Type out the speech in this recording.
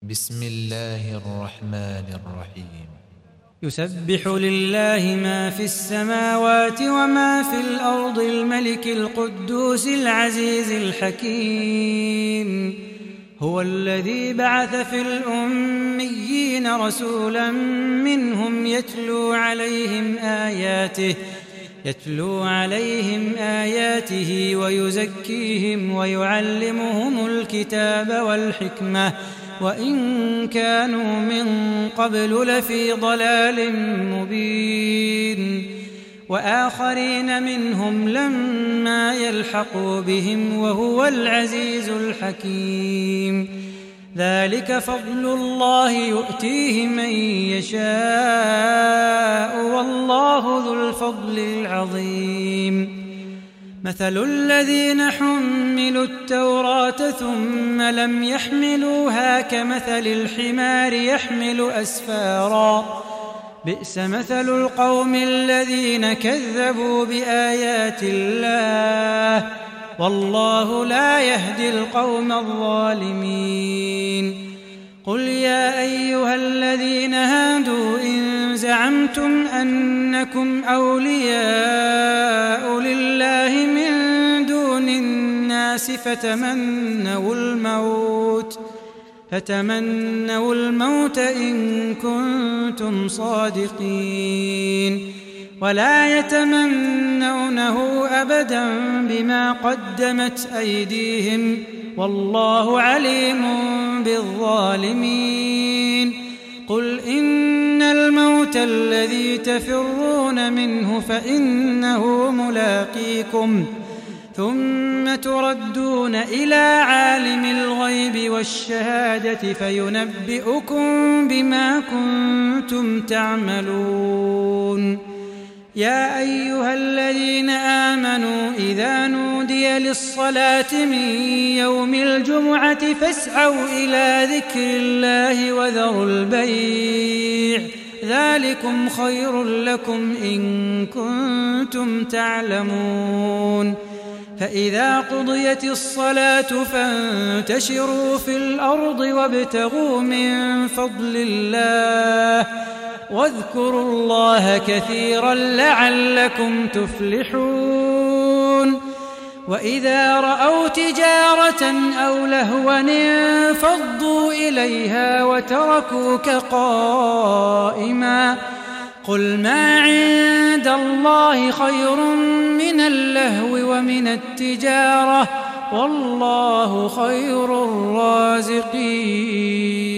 بسم الله الرحمن الرحيم. يسبح لله ما في السماوات وما في الأرض الملك القدوس العزيز الحكيم. هو الذي بعث في الأميين رسولا منهم يتلو عليهم آياته ويزكيهم ويعلمهم الكتاب والحكمة وإن كانوا من قبل لفي ضلال مبين. وآخرين منهم لما يلحقوا بهم وهو العزيز الحكيم. ذلك فضل الله يؤتيه من يشاء والله ذو الفضل العظيم. مثل الذين حملوا التوراة ثم لم يحملوها كمثل الحمار يحمل أسفارا بئس مثل القوم الذين كذبوا بآيات الله والله لا يهدي القوم الظالمين. قل يا أيها الذين هادوا إن زعمتم أنكم أولياء لله من دون الناس فتمنوا الموت إن كنتم صادقين ولا يتمنونه أبدا بما قدمت أيديهم والله عليم بالظالمين. قل إن الموت الذي تفرون منه فإنه ملاقيكم ثم تردون إلى عالم الغيب والشهادة فينبئكم بما كنتم تعملون. يا أيها الذين آمنوا إذا نودي للصلاة من يوم الجمعة فاسعوا إلى ذكر الله وذروا البيع ذلكم خير لكم إن كنتم تعلمون. فإذا قضيت الصلاة فانتشروا في الأرض وابتغوا من فضل الله واذكروا الله كثيرا لعلكم تفلحون. وإذا رأوا تجارة أو لهوا انفضوا إليها وتركوك قائما قل ما عند الله خير من اللهو ومن التجارة والله خير الرازقين.